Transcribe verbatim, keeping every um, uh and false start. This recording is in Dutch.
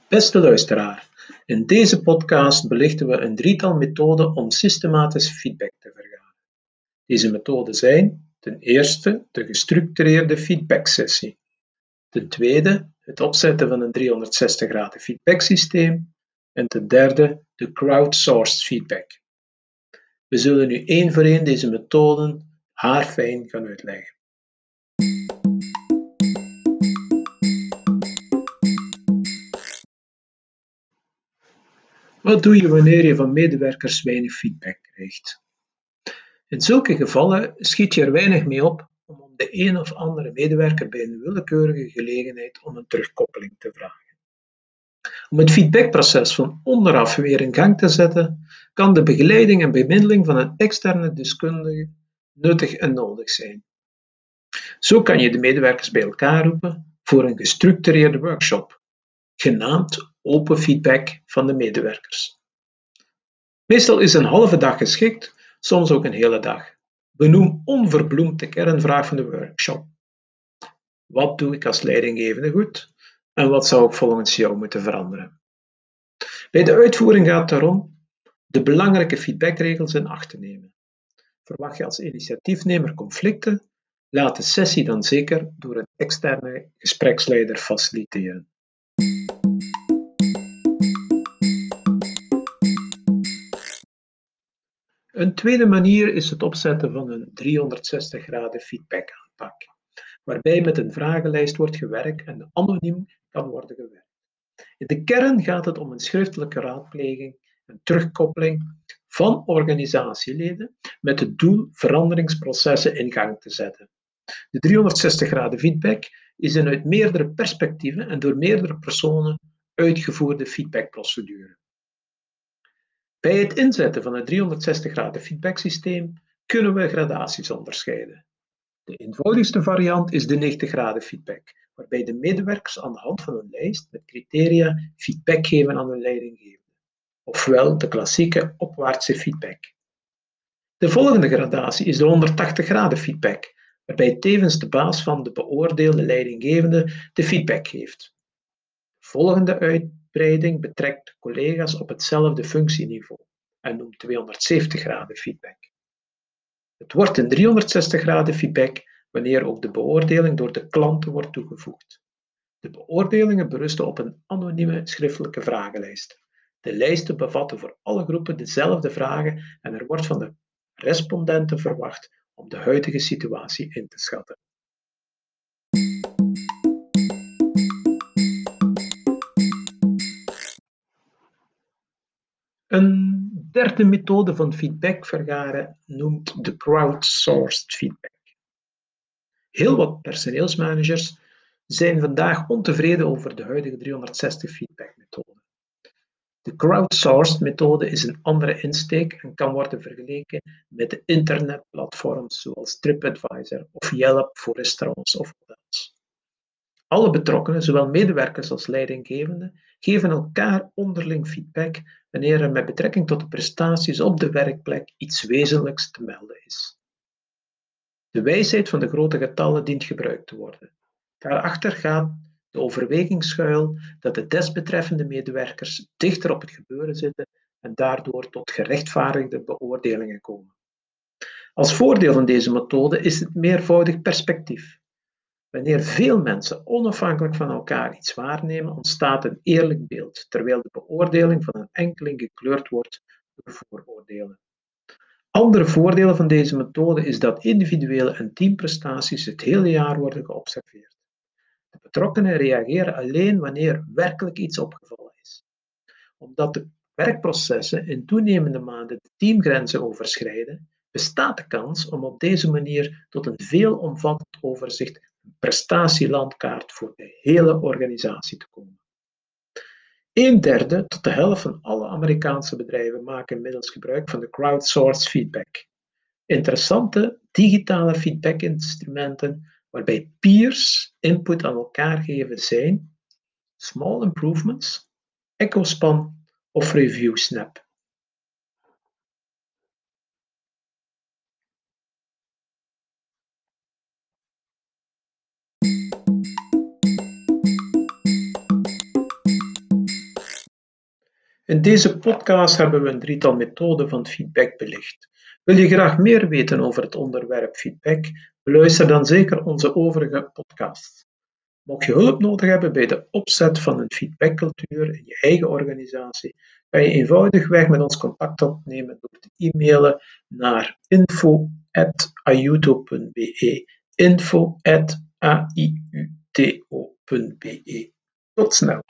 Beste luisteraar, in deze podcast belichten we een drietal methoden om systematisch feedback te vergaren. Deze methoden zijn ten eerste de gestructureerde feedbacksessie, ten tweede het opzetten van een driehonderdzestig graden feedbacksysteem en ten derde de crowdsourced feedback. We zullen nu één voor één deze methoden haarfijn gaan uitleggen. Wat doe je wanneer je van medewerkers weinig feedback krijgt? In zulke gevallen schiet je er weinig mee op om de een of andere medewerker bij een willekeurige gelegenheid om een terugkoppeling te vragen. Om het feedbackproces van onderaf weer in gang te zetten, kan de begeleiding en bemiddeling van een externe deskundige nuttig en nodig zijn. Zo kan je de medewerkers bij elkaar roepen voor een gestructureerde workshop, genaamd Open Feedback van de medewerkers. Meestal is een halve dag geschikt, soms ook een hele dag. Benoem onverbloemd de kernvraag van de workshop. Wat doe ik als leidinggevende goed en wat zou ik volgens jou moeten veranderen? Bij de uitvoering gaat het erom de belangrijke feedbackregels in acht te nemen. Verwacht je als initiatiefnemer conflicten? Laat de sessie dan zeker door een externe gespreksleider faciliteren. Een tweede manier is het opzetten van een driehonderdzestig graden feedback aanpak, waarbij met een vragenlijst wordt gewerkt en anoniem kan worden gewerkt. In de kern gaat het om een schriftelijke raadpleging en terugkoppeling van organisatieleden met het doel veranderingsprocessen in gang te zetten. De driehonderdzestig graden feedback is een uit meerdere perspectieven en door meerdere personen uitgevoerde feedbackprocedure. Bij het inzetten van het driehonderdzestig graden feedbacksysteem kunnen we gradaties onderscheiden. De eenvoudigste variant is de negentig graden feedback, waarbij de medewerkers aan de hand van een lijst met criteria feedback geven aan hun leidinggevende, ofwel de klassieke opwaartse feedback. De volgende gradatie is de honderdtachtig graden feedback, waarbij tevens de baas van de beoordeelde leidinggevende de feedback geeft. De volgende uitbreiding betrekt collega's op hetzelfde functieniveau en noemt tweehonderdzeventig graden feedback. Het wordt een driehonderdzestig graden feedback wanneer ook de beoordeling door de klanten wordt toegevoegd. De beoordelingen berusten op een anonieme schriftelijke vragenlijst. De lijsten bevatten voor alle groepen dezelfde vragen en er wordt van de respondenten verwacht om de huidige situatie in te schatten. Een derde methode van feedback vergaren noemt de crowdsourced feedback. Heel wat personeelsmanagers zijn vandaag ontevreden over de huidige driehonderdzestig feedback methode. De crowdsourced methode is een andere insteek en kan worden vergeleken met de internetplatforms zoals TripAdvisor of Yelp voor restaurants of hotels. Alle betrokkenen, zowel medewerkers als leidinggevenden, geven elkaar onderling feedback wanneer er met betrekking tot de prestaties op de werkplek iets wezenlijks te melden is. De wijsheid van de grote getallen dient gebruikt te worden. Daarachter gaat de overweging schuil dat de desbetreffende medewerkers dichter op het gebeuren zitten en daardoor tot gerechtvaardigde beoordelingen komen. Als voordeel van deze methode is het meervoudig perspectief. Wanneer veel mensen onafhankelijk van elkaar iets waarnemen, ontstaat een eerlijk beeld, terwijl de beoordeling van een enkeling gekleurd wordt door vooroordelen. Andere voordelen van deze methode is dat individuele en teamprestaties het hele jaar worden geobserveerd. De betrokkenen reageren alleen wanneer werkelijk iets opgevallen is. Omdat de werkprocessen in toenemende mate de teamgrenzen overschrijden, bestaat de kans om op deze manier tot een veelomvattend overzicht, een prestatielandkaart voor de hele organisatie te komen. Een derde tot de helft van alle Amerikaanse bedrijven maken inmiddels gebruik van de crowdsourced feedback. Interessante digitale feedbackinstrumenten waarbij peers input aan elkaar geven zijn Small Improvements, EchoSpan of ReviewSnap. In deze podcast hebben we een drietal methoden van feedback belicht. Wil je graag meer weten over het onderwerp feedback? Beluister dan zeker onze overige podcasts. Mocht je hulp nodig hebben bij de opzet van een feedbackcultuur in je eigen organisatie, kan je eenvoudigweg met ons contact opnemen door te e-mailen naar info at aiuto punt be. info at aiuto punt be. Tot snel!